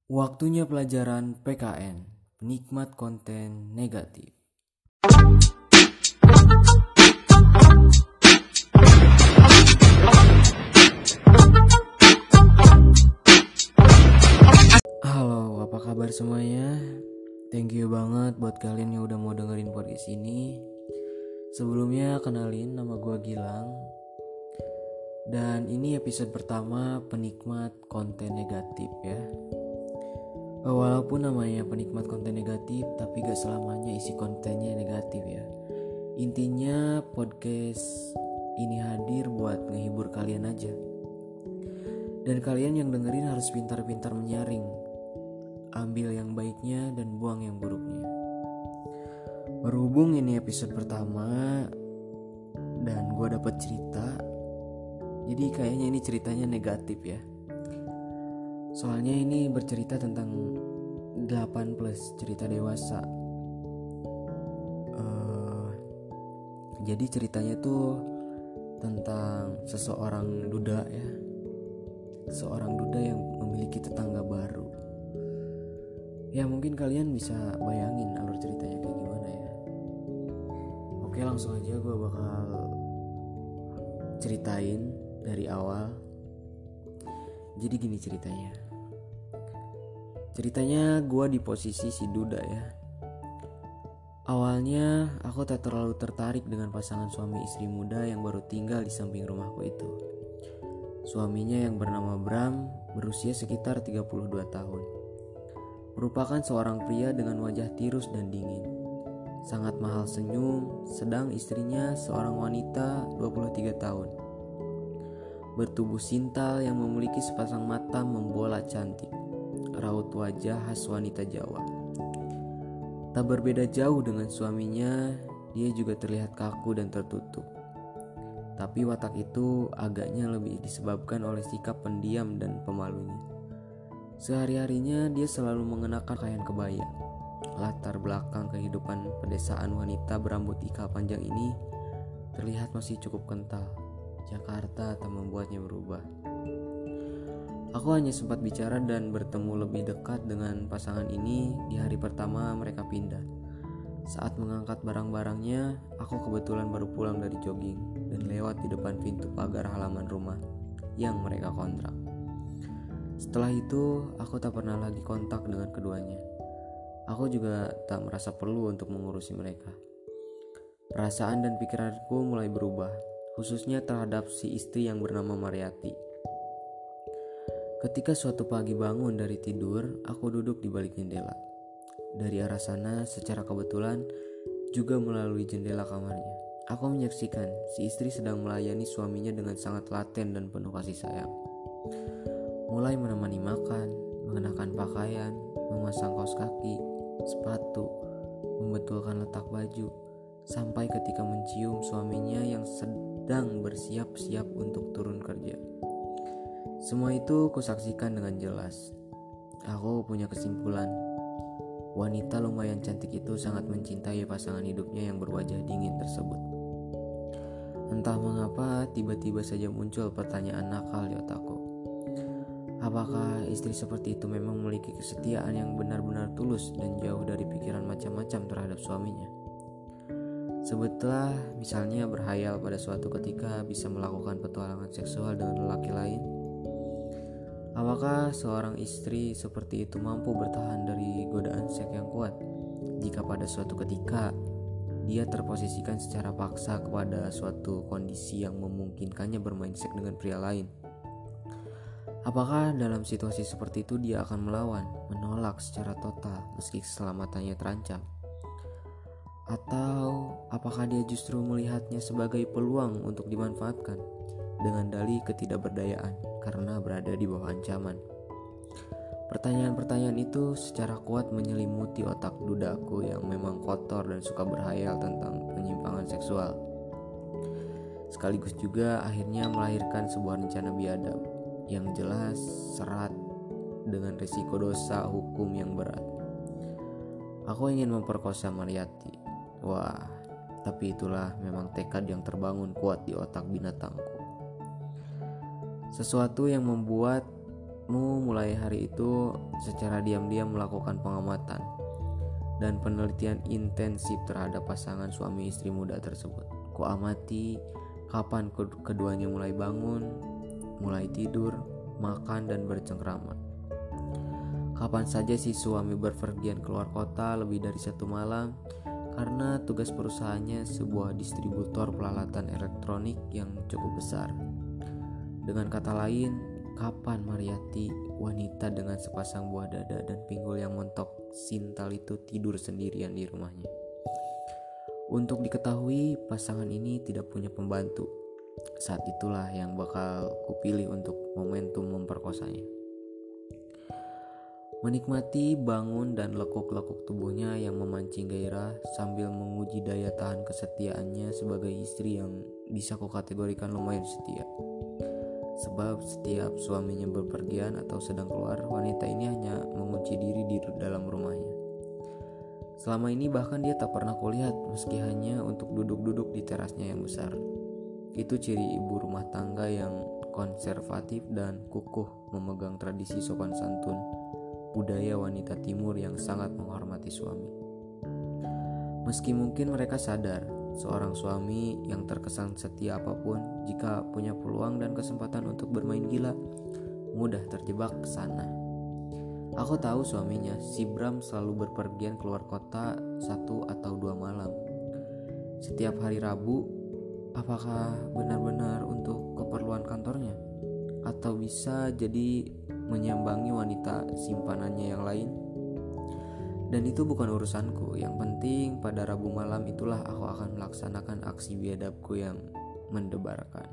Waktunya pelajaran PKN, penikmat konten negatif. Halo, apa kabar semuanya? Thank you banget buat kalian yang udah mau dengerin podcast ini. Sebelumnya kenalin, nama gue Gilang. Dan ini episode pertama penikmat konten negatif ya. Walaupun namanya penikmat konten negatif, tapi gak selamanya isi kontennya negatif ya. Intinya podcast ini hadir buat ngehibur kalian aja. Dan kalian yang dengerin harus pintar-pintar menyaring. Ambil yang baiknya dan buang yang buruknya. Berhubung ini episode pertama dan gue dapet cerita, jadi kayaknya ini ceritanya negatif ya. Soalnya ini bercerita tentang 8+, cerita dewasa. Jadi ceritanya tuh tentang seseorang duda ya. Seorang duda yang memiliki tetangga baru. Ya mungkin kalian bisa bayangin alur ceritanya kayak gimana ya. Oke, langsung aja gue bakal ceritain dari awal. Jadi gini ceritanya. Ceritanya gue di posisi si duda ya. Awalnya aku tak terlalu tertarik dengan pasangan suami istri muda yang baru tinggal di samping rumahku itu. Suaminya yang bernama Bram berusia sekitar 32 tahun. Merupakan seorang pria dengan wajah tirus dan dingin. Sangat mahal senyum, sedang istrinya seorang wanita 23 tahun. Bertubuh sintal yang memiliki sepasang mata membola cantik. Raut wajah khas wanita Jawa. Tak berbeda jauh dengan suaminya, dia juga terlihat kaku dan tertutup. Tapi watak itu agaknya lebih disebabkan oleh sikap pendiam dan pemalunya. Sehari-harinya dia selalu mengenakan pakaian kebaya. Latar belakang kehidupan pedesaan wanita berambut ikal panjang ini terlihat masih cukup kental. Jakarta tak membuatnya berubah. Aku hanya sempat bicara dan bertemu lebih dekat dengan pasangan ini di hari pertama mereka pindah. Saat mengangkat barang-barangnya, aku kebetulan baru pulang dari jogging dan lewat di depan pintu pagar halaman rumah yang mereka kontrak. Setelah itu, aku tak pernah lagi kontak dengan keduanya. Aku juga tak merasa perlu untuk mengurusi mereka. Perasaan dan pikiranku mulai berubah, khususnya terhadap si istri yang bernama Mariati. Ketika suatu pagi bangun dari tidur, aku duduk di balik jendela. Dari arah sana, secara kebetulan, juga melalui jendela kamarnya, aku menyaksikan si istri sedang melayani suaminya dengan sangat telaten dan penuh kasih sayang. Mulai menemani makan, mengenakan pakaian, memasang kaos kaki, sepatu, membetulkan letak baju, sampai ketika mencium suaminya yang sedang bersiap-siap untuk turun kerja. Semua itu kusaksikan dengan jelas. Aku punya kesimpulan. Wanita lumayan cantik itu sangat mencintai pasangan hidupnya yang berwajah dingin tersebut. Entah mengapa tiba-tiba saja muncul pertanyaan nakal di otakku. Apakah istri seperti itu memang memiliki kesetiaan yang benar-benar tulus dan jauh dari pikiran macam-macam terhadap suaminya? Sebutlah misalnya berhayal pada suatu ketika bisa melakukan petualangan seksual dengan lelaki lain. Apakah seorang istri seperti itu mampu bertahan dari godaan seks yang kuat jika pada suatu ketika dia terposisikan secara paksa kepada suatu kondisi yang memungkinkannya bermain seks dengan pria lain? Apakah dalam situasi seperti itu dia akan melawan, menolak secara total meski keselamatannya terancam? Atau apakah dia justru melihatnya sebagai peluang untuk dimanfaatkan dengan dalih ketidakberdayaan karena berada di bawah ancaman? Pertanyaan-pertanyaan itu secara kuat menyelimuti otak dudaku yang memang kotor dan suka berhayal tentang penyimpangan seksual. Sekaligus juga akhirnya melahirkan sebuah rencana biadab yang jelas serat dengan risiko dosa hukum yang berat. Aku ingin memperkosa Mariati. Wah, tapi itulah memang tekad yang terbangun kuat di otak binatangku. Sesuatu yang membuat mulai hari itu secara diam-diam melakukan pengamatan dan penelitian intensif terhadap pasangan suami istri muda tersebut. Ku amati kapan keduanya mulai bangun, mulai tidur, makan dan bercengkrama. Kapan saja si suami berpergian keluar kota lebih dari 1 malam karena tugas perusahaannya sebuah distributor peralatan elektronik yang cukup besar. Dengan kata lain, kapan Mariyati, wanita dengan sepasang buah dada dan pinggul yang montok sintal itu tidur sendirian di rumahnya. Untuk diketahui, pasangan ini tidak punya pembantu. Saat itulah yang bakal kupilih untuk momentum memperkosanya. Menikmati bangun dan lekuk-lekuk tubuhnya yang memancing gairah sambil menguji daya tahan kesetiaannya sebagai istri yang bisa kukategorikan lumayan setia. Sebab setiap suaminya berpergian atau sedang keluar, wanita ini hanya mengunci diri di dalam rumahnya. Selama ini bahkan dia tak pernah kulihat meski hanya untuk duduk-duduk di terasnya yang besar. Itu ciri ibu rumah tangga yang konservatif dan kukuh memegang tradisi sopan santun budaya wanita timur yang sangat menghormati suami. Meski mungkin mereka sadar seorang suami yang terkesan setia apapun, jika punya peluang dan kesempatan untuk bermain gila, mudah terjebak ke sana. Aku tahu suaminya, si Bram, selalu berpergian keluar kota 1 atau 2 malam. Setiap hari Rabu, apakah benar-benar untuk keperluan kantornya? Atau bisa jadi menyambangi wanita simpanannya yang lain? Dan itu bukan urusanku. Yang penting pada Rabu malam itulah aku akan melaksanakan aksi biadabku yang mendebarkan.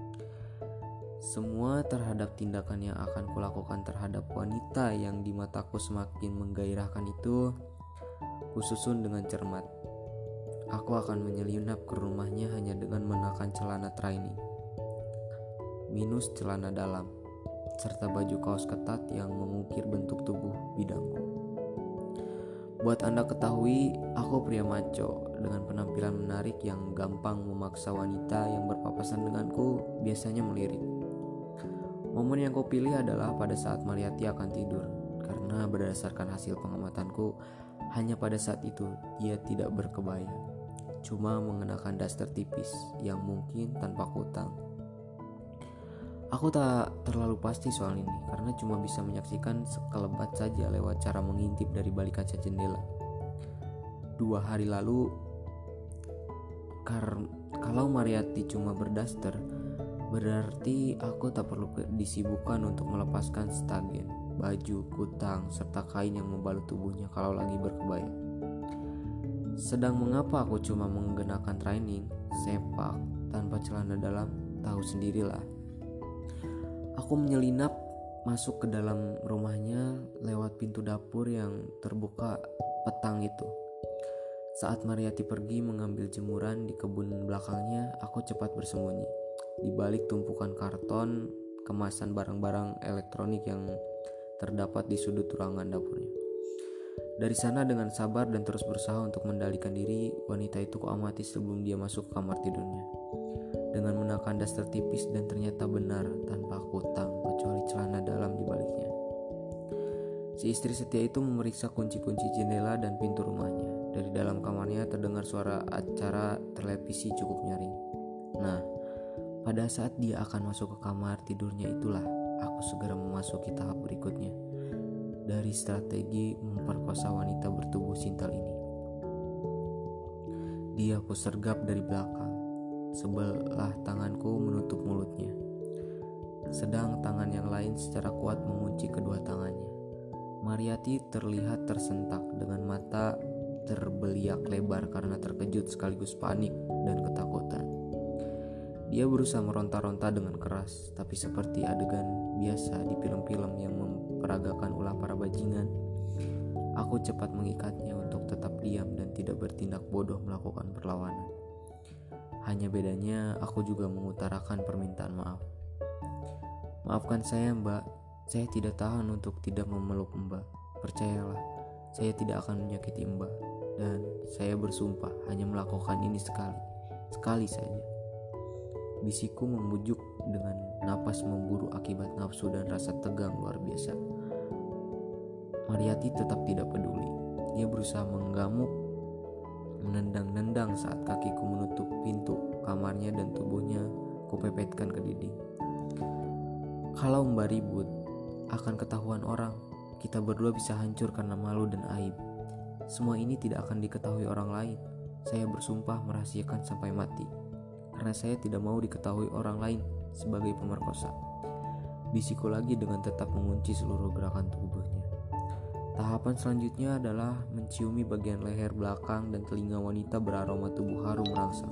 Semua terhadap tindakan yang akan kulakukan terhadap wanita yang di mataku semakin menggairahkan itu kususun dengan cermat. Aku akan menyelinap ke rumahnya hanya dengan menakan celana training minus celana dalam serta baju kaos ketat yang mengukir bentuk tubuh bidangku. Buat Anda ketahui, aku pria maco dengan penampilan menarik yang gampang memaksa wanita yang berpapasan denganku biasanya melirik. Momen yang kupilih adalah pada saat Mariyati akan tidur, karena berdasarkan hasil pengamatanku, hanya pada saat itu dia tidak berkebaya, cuma mengenakan daster tipis yang mungkin tanpa kutang. Aku tak terlalu pasti soal ini karena cuma bisa menyaksikan sekelebat saja lewat cara mengintip dari balik kaca jendela. 2 hari lalu, kalau Mariyati cuma berdaster, berarti aku tak perlu disibukkan untuk melepaskan stagen, baju, kutang, serta kain yang membalut tubuhnya kalau lagi berkebaya. Sedang mengapa aku cuma menggunakan training, sepak, tanpa celana dalam, tahu sendirilah. Aku menyelinap masuk ke dalam rumahnya lewat pintu dapur yang terbuka petang itu. Saat Mariyati pergi mengambil jemuran di kebun belakangnya, aku cepat bersembunyi di balik tumpukan karton kemasan barang-barang elektronik yang terdapat di sudut ruangan dapurnya. Dari sana dengan sabar dan terus berusaha untuk mendalikan diri, wanita itu kuamati sebelum dia masuk ke kamar tidurnya. Dengan menakan daster tipis dan ternyata benar tanpa kutang kecuali celana dalam di baliknya. Si istri setia itu memeriksa kunci-kunci jendela dan pintu rumahnya. Dari dalam kamarnya terdengar suara acara televisi cukup nyaring. Nah, pada saat dia akan masuk ke kamar tidurnya itulah aku segera memasuki tahap berikutnya dari strategi memperkosa wanita bertubuh sintal ini. Dia aku sergap dari belakang. Sebelah tanganku menutup mulutnya, sedang tangan yang lain secara kuat mengunci kedua tangannya. Mariyati terlihat tersentak dengan mata terbeliak lebar karena terkejut sekaligus panik dan ketakutan. Dia berusaha meronta-ronta dengan keras, tapi seperti adegan biasa di film-film yang memperagakan ulah para bajingan, aku cepat mengikatnya untuk tetap diam dan tidak bertindak bodoh melakukan perlawanan. Hanya bedanya aku juga mengutarakan permintaan maaf. Maafkan saya, Mbak. Saya tidak tahan untuk tidak memeluk Mbak. Percayalah, saya tidak akan menyakiti Mbak. Dan saya bersumpah hanya melakukan ini sekali saja. Bisikku membujuk dengan napas memburu akibat nafsu dan rasa tegang luar biasa. Mariati tetap tidak peduli. Dia berusaha menggamuk, menendang-nendang saat kakiku menutup pintu kamarnya dan tubuhnya kupepetkan ke dinding. Kalau Mbak ribut, akan ketahuan orang. Kita berdua bisa hancur karena malu dan aib. Semua ini tidak akan diketahui orang lain. Saya bersumpah merahasiakan sampai mati, karena saya tidak mau diketahui orang lain sebagai pemerkosa. Bisikku lagi dengan tetap mengunci seluruh gerakan tubuhnya. Tahapan selanjutnya adalah menciumi bagian leher belakang dan telinga wanita beraroma tubuh harum merangsang.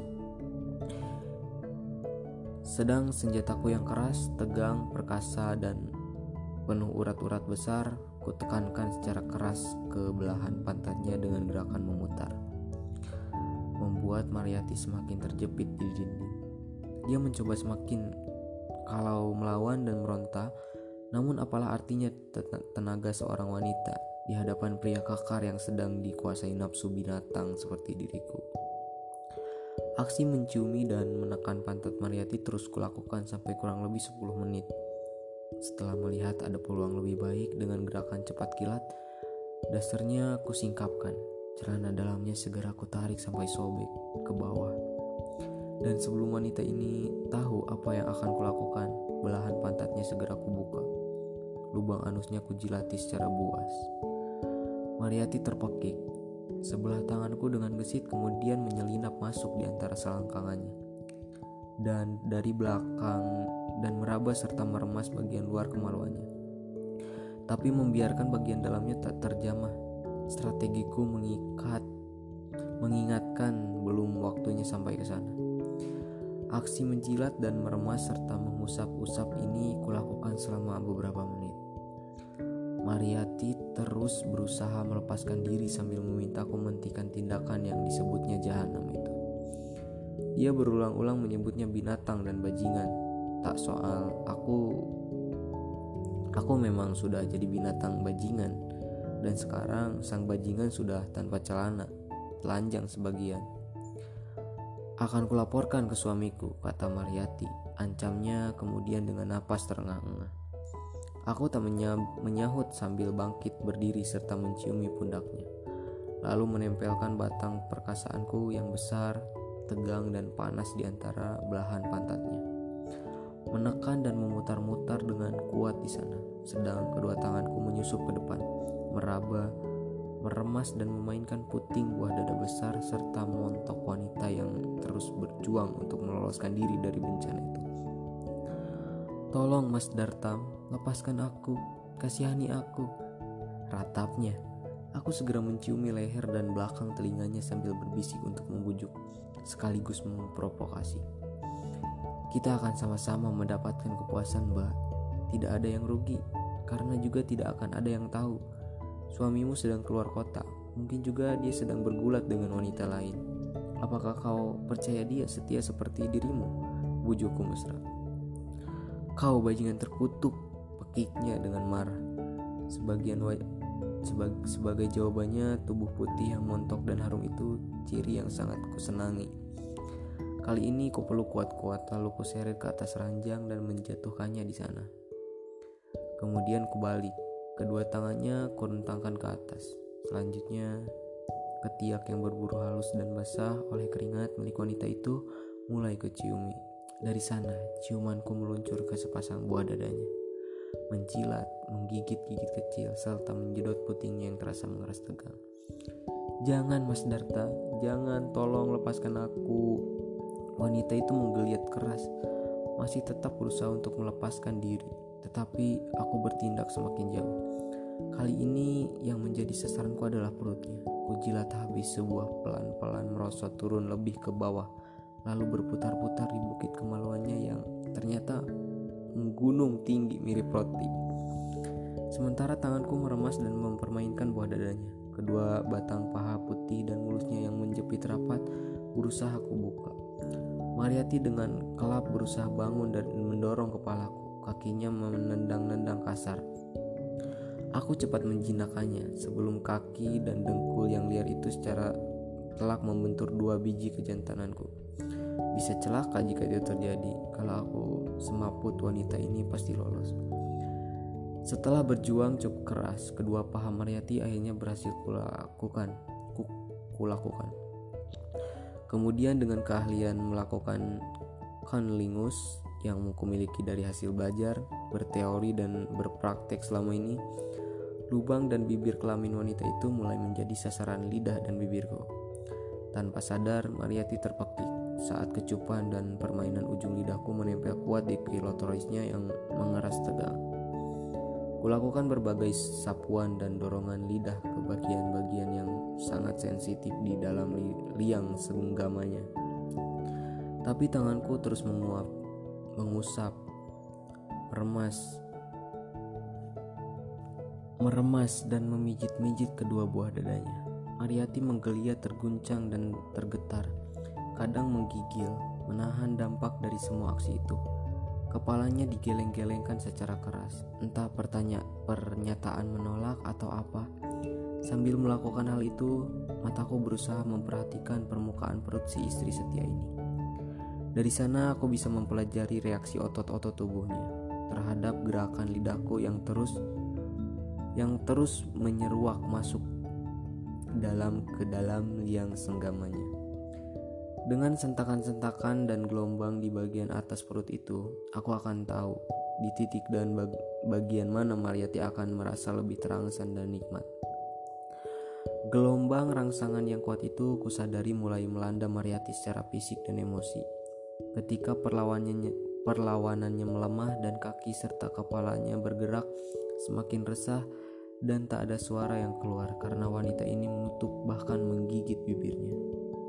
Sedang senjataku yang keras, tegang, perkasa, dan penuh urat-urat besar, kutekankan secara keras ke belahan pantatnya dengan gerakan memutar, membuat Mariati semakin terjepit di dinding. Dia mencoba semakin kalau melawan dan meronta, namun apalah artinya tenaga seorang wanita di hadapan pria kekar yang sedang dikuasai nafsu binatang seperti diriku. Aksi menciumi dan menekan pantat Mariati terus kulakukan sampai kurang lebih 10 menit. Setelah melihat ada peluang lebih baik dengan gerakan cepat kilat, dasarnya aku singkapkan. Celana dalamnya segera aku tarik sampai sobek ke bawah. Dan sebelum wanita ini tahu apa yang akan kulakukan, belahan pantatnya segera kubuka. Lubang anusnya kujilati secara buas. Mariati terpekik. Sebelah tanganku dengan gesit kemudian menyelinap masuk di antara selangkangannya dan dari belakang dan meraba serta meremas bagian luar kemaluannya, tapi membiarkan bagian dalamnya tak terjamah. Strategiku mengingatkan belum waktunya sampai ke sana. Aksi menjilat dan meremas serta mengusap-usap ini kulakukan selama beberapa menit. Mariati terus berusaha melepaskan diri sambil memintaku menghentikan tindakan yang disebutnya jahanam itu. Dia berulang-ulang menyebutnya binatang dan bajingan. Tak soal aku memang sudah jadi binatang bajingan, dan sekarang sang bajingan sudah tanpa celana, telanjang sebagian. Akan kulaporkan ke suamiku, kata Mariati, ancamnya kemudian dengan napas terengah-engah. Aku tak menyahut sambil bangkit berdiri serta menciumi pundaknya, lalu menempelkan batang perkasaanku yang besar, tegang dan panas di antara belahan pantatnya. Menekan dan memutar-mutar dengan kuat di sana, sedang kedua tanganku menyusup ke depan, meraba, meremas dan memainkan puting buah dada besar serta montok wanita yang terus berjuang untuk meloloskan diri dari bencana itu. Tolong Mas Dartam, lepaskan aku, kasihani aku, ratapnya. Aku segera menciumi leher dan belakang telinganya sambil berbisik untuk membujuk, sekaligus memprovokasi. Kita akan sama-sama mendapatkan kepuasan, Mbak. Tidak ada yang rugi, karena juga tidak akan ada yang tahu. Suamimu sedang keluar kota, mungkin juga dia sedang bergulat dengan wanita lain. Apakah kau percaya dia setia seperti dirimu? Bujukku mesra. Kau bajingan terkutuk, pekiknya dengan marah. Sebagai jawabannya, tubuh putih yang montok dan harum itu ciri yang sangat kusenangi. Kali ini kupeluk kuat-kuat, lalu kuseret ke atas ranjang dan menjatuhkannya di sana. Kemudian kubalik, kedua tangannya kurentangkan ke atas. Selanjutnya, ketiak yang berburu halus dan basah oleh keringat milik wanita itu mulai kuciumi. Dari sana, ciumanku meluncur ke sepasang buah dadanya, mencilat, menggigit-gigit kecil, serta menjedot putingnya yang terasa mengeras tegang. Jangan Mas Darta, jangan, tolong lepaskan aku. Wanita itu menggeliat keras, masih tetap berusaha untuk melepaskan diri, tetapi aku bertindak semakin jauh. Kali ini yang menjadi sasaranku adalah perutnya. Kujilat habis sebuah pelan-pelan merosot turun lebih ke bawah, lalu berputar-putar di bukit kemaluannya yang ternyata menggunung tinggi mirip roti. Sementara tanganku meremas dan mempermainkan buah dadanya. Kedua batang paha putih dan mulusnya yang menjepit rapat berusaha kubuka. Mariati dengan kelap berusaha bangun dan mendorong kepalaku. Kakinya menendang-nendang kasar. Aku cepat menjinakkannya sebelum kaki dan dengkul yang liar itu secara telak membentur 2 biji kejantananku. Bisa celaka jika itu terjadi. Kalau aku semaput, wanita ini pasti lolos. Setelah berjuang cukup keras, kedua paha Mariyati akhirnya berhasil kulakukan. Kemudian dengan keahlian melakukan cunnilingus yang kumiliki dari hasil belajar, berteori dan berpraktek selama ini, lubang dan bibir kelamin wanita itu mulai menjadi sasaran lidah dan bibirku. Tanpa sadar, Mariyati terpekik saat kecupan dan permainan ujung lidahku menempel kuat di klitorisnya yang mengeras tegang. Kulakukan berbagai sapuan dan dorongan lidah ke bagian-bagian yang sangat sensitif di dalam liang senggamanya. Tapi tanganku terus menguap, mengusap, meremas dan memijit-mijit kedua buah dadanya. Mariyati menggeliat, terguncang dan tergetar, kadang menggigil, menahan dampak dari semua aksi itu. Kepalanya digeleng-gelengkan secara keras, entah pernyataan menolak atau apa. Sambil melakukan hal itu, mataku berusaha memperhatikan permukaan perut si istri setia ini. Dari sana aku bisa mempelajari reaksi otot-otot tubuhnya terhadap gerakan lidahku yang terus menyeruak masuk ke dalam liang senggamanya. Dengan sentakan-sentakan dan gelombang di bagian atas perut itu, aku akan tahu di titik dan bagian mana Mariyati akan merasa lebih terangsang dan nikmat. Gelombang rangsangan yang kuat itu kusadari mulai melanda Mariyati secara fisik dan emosi. Ketika perlawanannya melemah dan kaki serta kepalanya bergerak semakin resah dan tak ada suara yang keluar karena wanita ini menutup bahkan menggigit bibirnya.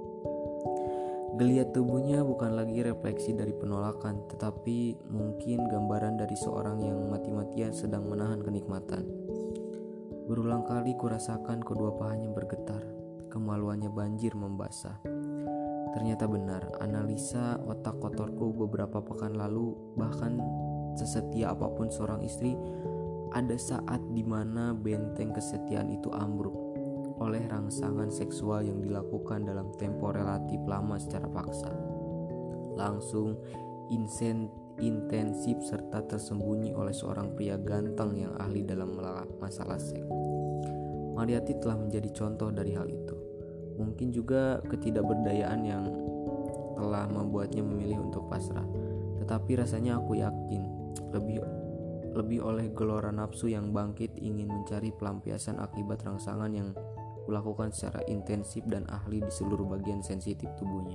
Geliat tubuhnya bukan lagi refleksi dari penolakan, tetapi mungkin gambaran dari seorang yang mati-matian sedang menahan kenikmatan. Berulang kali kurasakan kedua pahanya bergetar, kemaluannya banjir membasah. Ternyata benar, analisa otak kotorku beberapa pekan lalu, bahkan sesetia apapun seorang istri, ada saat di mana benteng kesetiaan itu ambruk oleh rangsangan seksual yang dilakukan dalam tempo relatif lama secara paksa, langsung, intensif serta tersembunyi oleh seorang pria ganteng yang ahli dalam masalah seks. Mariyati telah menjadi contoh dari hal itu. Mungkin juga ketidakberdayaan yang telah membuatnya memilih untuk pasrah. Tetapi rasanya aku yakin lebih oleh gelora nafsu yang bangkit ingin mencari pelampiasan akibat rangsangan yang kulakukan secara intensif dan ahli di seluruh bagian sensitif tubuhnya.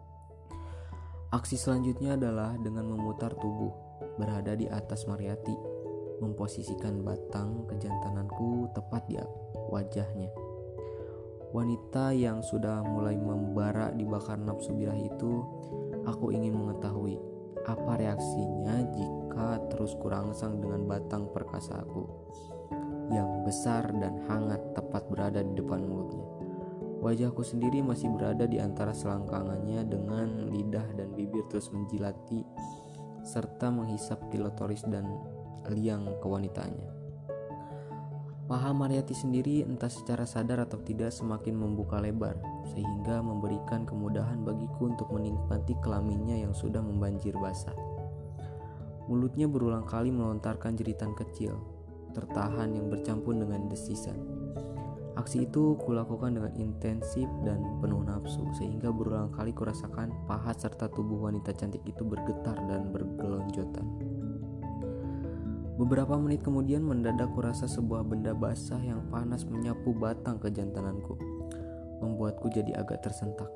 Aksi selanjutnya adalah dengan memutar tubuh, berada di atas Mariyati, memposisikan batang kejantananku tepat di wajahnya. Wanita yang sudah mulai membara dibakar nafsu birahi itu, aku ingin mengetahui apa reaksinya jika terus kurangsang dengan batang perkasaku yang besar dan hangat tepat berada di depan mulutnya. Wajahku sendiri masih berada di antara selangkangannya dengan lidah dan bibir terus menjilati serta menghisap klitoris dan liang kewanitaannya. Paha Mariyati sendiri entah secara sadar atau tidak semakin membuka lebar sehingga memberikan kemudahan bagiku untuk menikmati kelaminnya yang sudah membanjir basah. Mulutnya berulang kali melontarkan jeritan kecil tertahan yang bercampur dengan desisan. Aksi itu kulakukan dengan intensif dan penuh nafsu sehingga berulang kali kurasakan paha serta tubuh wanita cantik itu bergetar dan bergelonjotan. Beberapa menit kemudian mendadak kurasa sebuah benda basah yang panas menyapu batang kejantananku, membuatku jadi agak tersentak.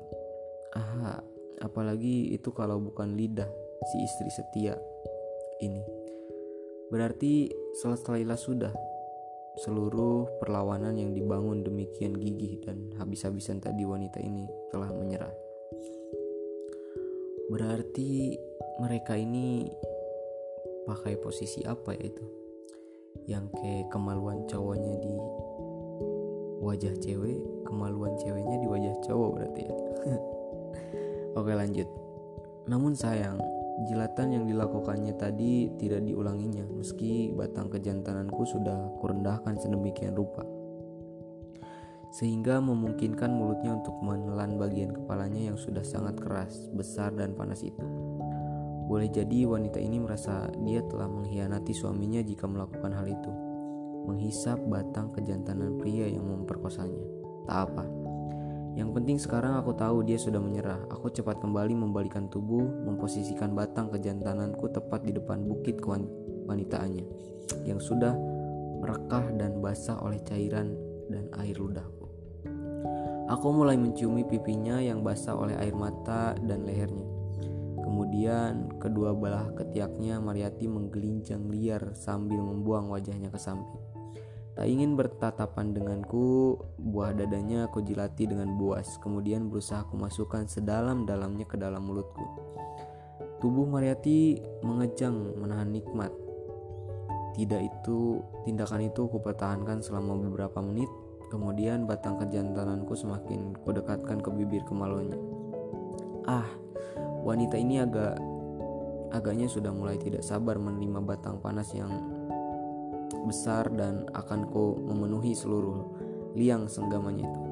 Apalagi itu kalau bukan lidah si istri setia ini. Berarti selesailah sudah seluruh perlawanan yang dibangun demikian gigih dan habis-habisan tadi. Wanita ini telah menyerah. Berarti mereka ini pakai posisi apa ya itu? Yang kayak kemaluan cowoknya di wajah cewek, kemaluan ceweknya di wajah cowok berarti ya. Oke, lanjut. Namun sayang, jilatan yang dilakukannya tadi tidak diulanginya meski batang kejantananku sudah kurendahkan sedemikian rupa. sehingga memungkinkan mulutnya untuk menelan bagian kepalanya yang sudah sangat keras, besar, dan panas itu. Boleh jadi wanita ini merasa dia telah mengkhianati suaminya jika melakukan hal itu, menghisap batang kejantanan pria yang memperkosanya. Tak apa. Yang penting sekarang aku tahu dia sudah menyerah. Aku cepat kembali membalikan tubuh, memposisikan batang kejantananku tepat di depan bukit kewanitaannya yang sudah merekah dan basah oleh cairan dan air ludahku. Aku mulai menciumi pipinya yang basah oleh air mata dan lehernya. Kemudian kedua belah ketiaknya Mariati menggelinjang liar sambil membuang wajahnya ke samping. Tak ingin bertatapan denganku, buah dadanya aku jilati dengan buas, kemudian berusaha aku masukkan sedalam-dalamnya ke dalam mulutku. Tubuh Mariati mengejang menahan nikmat. Tindakan itu kupertahankan selama beberapa menit, kemudian batang kejantananku semakin kudekatkan ke bibir kemaluannya. Wanita ini agaknya sudah mulai tidak sabar menerima batang panas yang besar dan akan ku memenuhi seluruh liang senggamannya itu.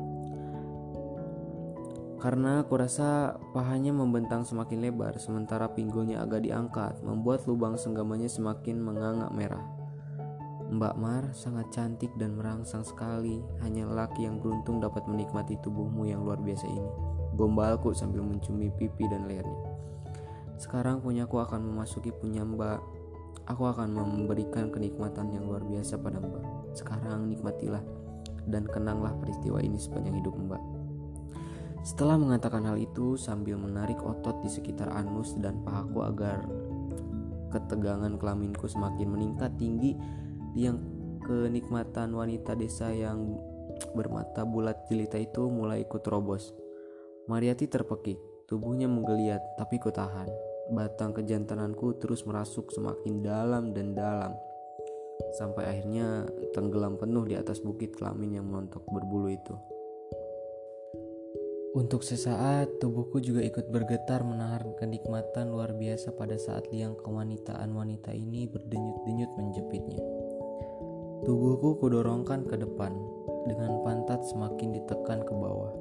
Karena aku rasa pahanya membentang semakin lebar, sementara pinggulnya agak diangkat, membuat lubang senggamannya semakin menganga merah. Mbak Mar sangat cantik dan merangsang sekali. Hanya lelaki yang beruntung dapat menikmati tubuhmu yang luar biasa ini, gombalku sambil mencumi pipi dan lehernya. Sekarang punyaku akan memasuki punya Mbak. Aku akan memberikan kenikmatan yang luar biasa pada Mbak. Sekarang nikmatilah dan kenanglah peristiwa ini sepanjang hidup Mbak. Setelah mengatakan hal itu sambil menarik otot di sekitar anus dan pahaku agar ketegangan kelaminku semakin meningkat tinggi, yang kenikmatan wanita desa yang bermata bulat jelita itu mulai ku terobos. Mariati terpekik, tubuhnya menggeliat, tapi ku tahan. Batang kejantananku terus merasuk semakin dalam dan dalam, sampai akhirnya tenggelam penuh di atas bukit kelamin yang melontok berbulu itu. Untuk sesaat, tubuhku juga ikut bergetar menahan kenikmatan luar biasa pada saat liang kewanitaan wanita ini berdenyut-denyut menjepitnya. Tubuhku kudorongkan ke depan, dengan pantat semakin ditekan ke bawah,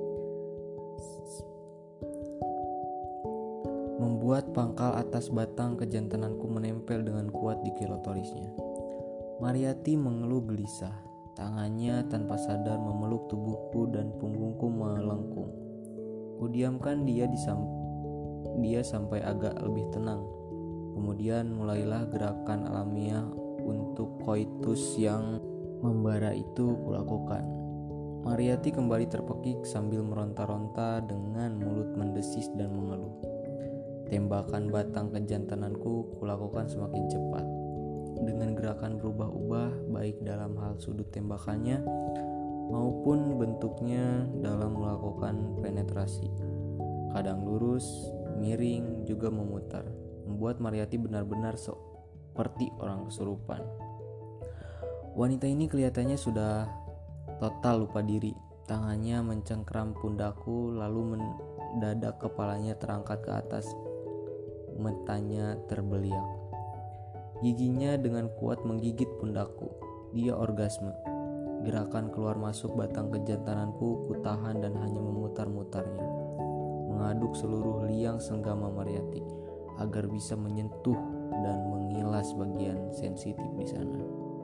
membuat pangkal atas batang kejantananku menempel dengan kuat di kilotorisnya. Mariati mengeluh gelisah. Tangannya tanpa sadar memeluk tubuhku dan punggungku melengkung. Kudiamkan dia sampai agak lebih tenang. Kemudian mulailah gerakan alamiah untuk koitus yang membara itu kulakukan. Mariati kembali terpekik sambil meronta-ronta dengan mulut mendesis dan mengeluh. Tembakan batang kejantananku kulakukan semakin cepat, dengan gerakan berubah-ubah baik dalam hal sudut tembakannya maupun bentuknya dalam melakukan penetrasi. Kadang lurus, miring, juga memutar, membuat Mariati benar-benar seperti orang kesurupan. Wanita ini kelihatannya sudah total lupa diri. Tangannya mencengkram pundakku, lalu mendadak kepalanya terangkat ke atas, matanya terbeliak. Giginya dengan kuat menggigit pundakku. Dia orgasme. Gerakan keluar masuk batang kejantananku kutahan dan hanya memutar-mutarnya, mengaduk seluruh liang senggama Mariati agar bisa menyentuh dan mengilas bagian sensitif di sana.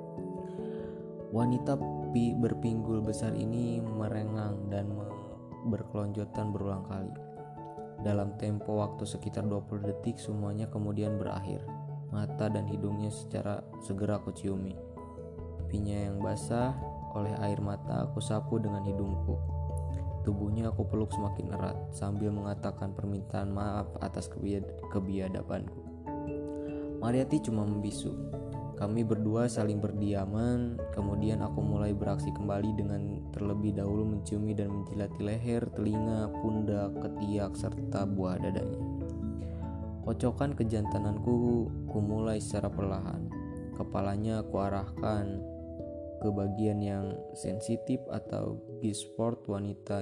Wanita berpinggul besar ini merengang dan berkelonjotan berulang kali. Dalam tempo waktu sekitar 20 detik semuanya kemudian berakhir. Mata dan hidungnya segera aku ciumi. Pipinya yang basah oleh air mata aku sapu dengan hidungku. Tubuhnya aku peluk semakin erat sambil mengatakan permintaan maaf atas kebiadabanku. Mariati cuma membisu. Kami berdua saling berdiaman, kemudian aku mulai beraksi kembali dengan terlebih dahulu menciumi dan menjilati leher, telinga, pundak, ketiak, serta buah dadanya. Kocokan kejantananku kumulai secara perlahan. Kepalanya aku arahkan ke bagian yang sensitif atau G-spot wanita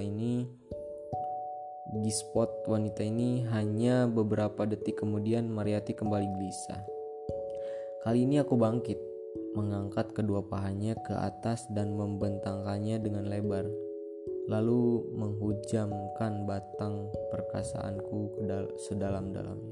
ini. Hanya beberapa detik kemudian Mariati kembali gelisah. Kali ini aku bangkit, mengangkat kedua pahanya ke atas dan membentangkannya dengan lebar. lalu menghujamkan batang perkasaanku sedalam-dalamnya.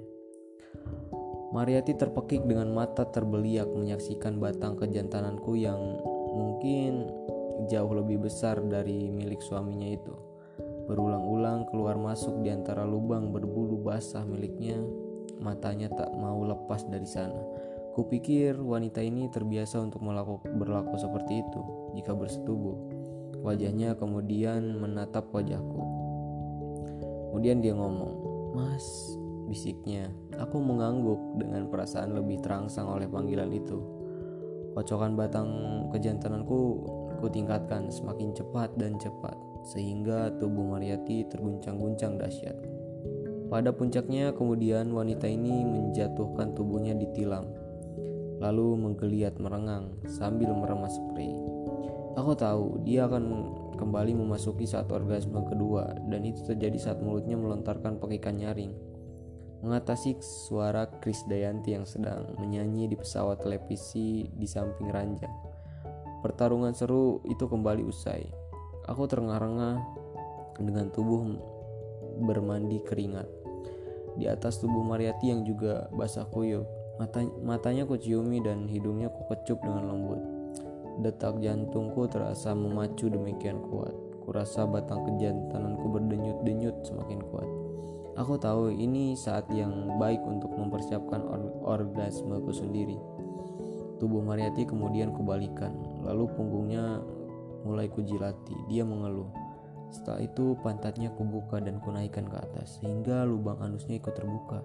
Mariati terpekik dengan mata terbeliak menyaksikan batang kejantananku yang mungkin jauh lebih besar dari milik suaminya itu. Berulang-ulang keluar masuk di antara lubang berbulu basah miliknya, matanya tak mau lepas dari sana. Kupikir wanita ini terbiasa untuk berlaku seperti itu jika bersetubuh. Wajahnya kemudian menatap wajahku. Kemudian dia ngomong, "Mas," bisiknya. Aku mengangguk dengan perasaan lebih terangsang oleh panggilan itu. Kocokan batang kejantananku kutingkatkan semakin cepat dan cepat, sehingga tubuh Mariati terguncang-guncang dahsyat. Pada puncaknya kemudian wanita ini menjatuhkan tubuhnya di tilam, lalu menggeliat merengang sambil meremas spray. Aku tahu dia akan kembali memasuki saat orgasme kedua, dan itu terjadi saat mulutnya melontarkan pekikan nyaring mengatasi suara Krisdayanti yang sedang menyanyi di pesawat televisi di samping ranjang. Pertarungan seru itu kembali usai. Aku terengah-engah dengan tubuh bermandi keringat. Di atas tubuh Mariati yang juga basah kuyup, matanya kuciumi dan hidungnya kukecup dengan lembut. Detak jantungku terasa memacu demikian kuat. Kurasa batang kejantananku berdenyut-denyut semakin kuat. Aku tahu ini saat yang baik untuk mempersiapkan orgasmeku sendiri. Tubuh Mariati kemudian kubalikan, lalu punggungnya mulai kujilati. Dia mengeluh. Setelah itu pantatnya kubuka dan kunaikkan ke atas, sehingga lubang anusnya ikut terbuka.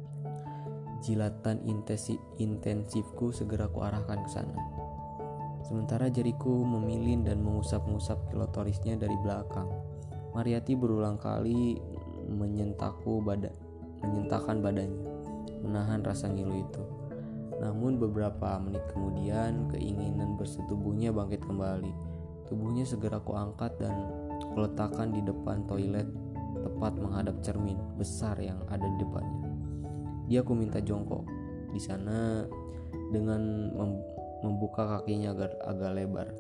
Jilatan intensifku segera kuarahkan ke sana. Sementara jariku memilin dan mengusap-ngusap klitorisnya dari belakang. Mariati berulang kali menyentakkan badannya, menahan rasa ngilu itu. Namun beberapa menit kemudian keinginan bersetubuhnya bangkit kembali. Tubuhnya segera kuangkat dan kuletakkan di depan toilet, tepat menghadap cermin besar yang ada di depannya. Dia kuminta jongkok di sana dengan membuka kakinya agak lebar.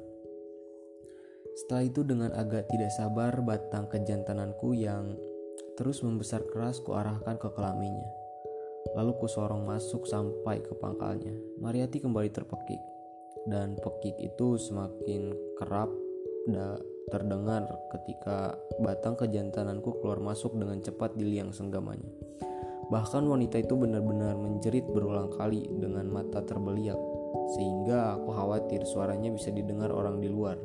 Setelah itu dengan agak tidak sabar batang kejantananku yang terus membesar keras kuarahkan ke kelaminnya. Lalu kusorong masuk sampai ke pangkalnya. Mariati kembali terpekik, dan pekik itu semakin kerap terdengar ketika batang kejantananku keluar masuk dengan cepat di liang senggamannya. Bahkan wanita itu benar-benar menjerit berulang kali dengan mata terbeliak, sehingga aku khawatir suaranya bisa didengar orang di luar.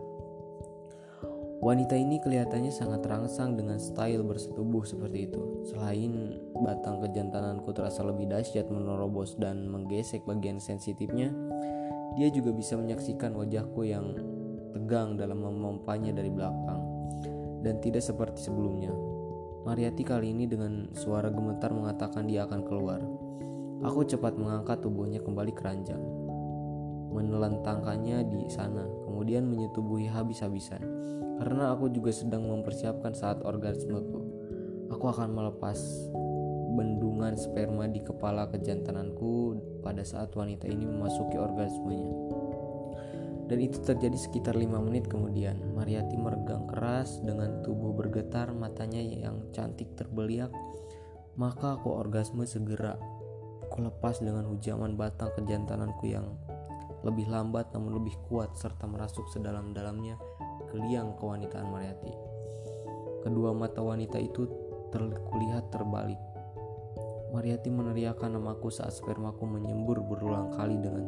Wanita ini kelihatannya sangat terangsang dengan style bersetubuh seperti itu. Selain batang kejantananku terasa lebih dahsyat menerobos dan menggesek bagian sensitifnya, dia juga bisa menyaksikan wajahku yang tegang dalam memompanya dari belakang. Dan tidak seperti sebelumnya. Mariati kali ini dengan suara gemetar mengatakan dia akan keluar. Aku cepat mengangkat tubuhnya kembali ke ranjang, menelentangkannya di sana, kemudian menyetubuhi habis-habisan. Karena aku juga sedang mempersiapkan saat orgasmeku. Aku akan melepas bendungan sperma di kepala kejantananku pada saat wanita ini memasuki orgasmenya. Dan itu terjadi sekitar 5 menit kemudian. Mariati meregang keras dengan tubuh bergetar, matanya yang cantik terbeliak. Maka aku orgasme segera. Aku lepas dengan hujaman batang kejantananku yang lebih lambat namun lebih kuat, serta merasuk sedalam-dalamnya ke liang kewanitaan Mariati. Kedua mata wanita itu kulihat terbalik. Mariati meneriakkan namaku saat spermaku menyembur berulang kali dengan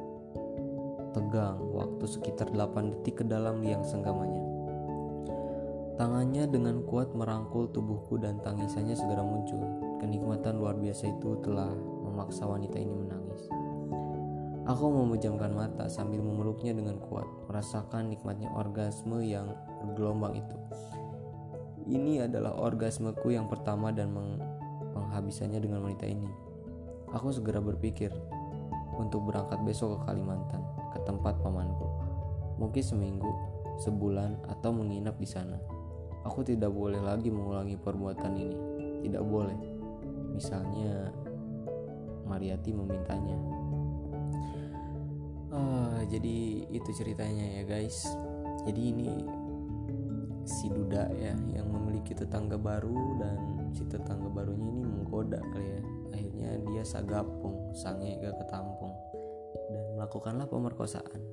tegang, waktu sekitar 8 detik ke dalam liang senggamanya. Tangannya dengan kuat merangkul tubuhku dan tangisannya segera muncul. Kenikmatan luar biasa itu telah memaksa wanita ini menangis. Aku memejamkan mata sambil memeluknya dengan kuat, merasakan nikmatnya orgasme yang bergelombang itu. Ini adalah orgasmeku yang pertama dan penghabisannya dengan wanita ini. Aku segera berpikir untuk berangkat besok ke Kalimantan, ke tempat pamanku. Mungkin seminggu, sebulan, atau menginap di sana. Aku tidak boleh lagi mengulangi perbuatan ini. Tidak boleh. Misalnya Mariati memintanya. Jadi itu ceritanya ya guys. Jadi ini si duda ya yang memiliki tetangga baru, dan si tetangga barunya ini menggoda kali ya. Akhirnya dia sagapung, sange gak ketampung, dan melakukanlah pemerkosaan.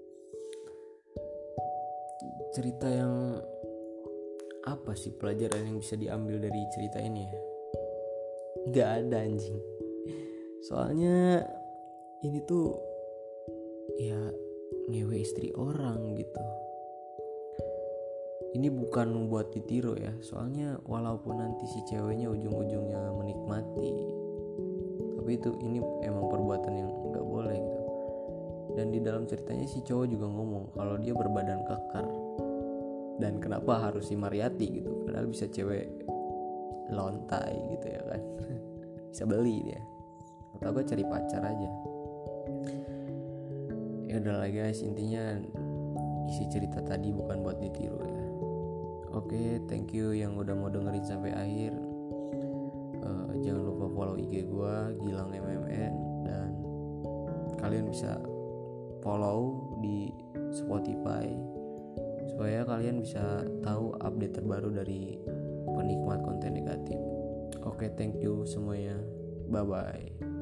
Cerita yang apa sih pelajaran yang bisa diambil dari cerita ini ya? Gak ada anjing. Soalnya ini tuh ya ngewe istri orang gitu. Ini bukan buat ditiru ya, soalnya walaupun nanti si ceweknya ujung-ujungnya menikmati, tapi ini emang perbuatan yang gak boleh gitu. Dan di dalam ceritanya si cowok juga ngomong kalau dia berbadan kekar, dan kenapa harus si Mariati gitu, padahal bisa cewek lontai gitu ya kan. Bisa beli dia, atau gue cari pacar aja. Ya udahlah guys, intinya isi cerita tadi bukan buat ditiru ya. Oke, thank you yang udah mau dengerin sampai akhir. Jangan lupa follow IG gue Gilang MMN, dan kalian bisa follow di Spotify supaya kalian bisa tahu update terbaru dari penikmat konten negatif. Oke, thank you semuanya. Bye bye.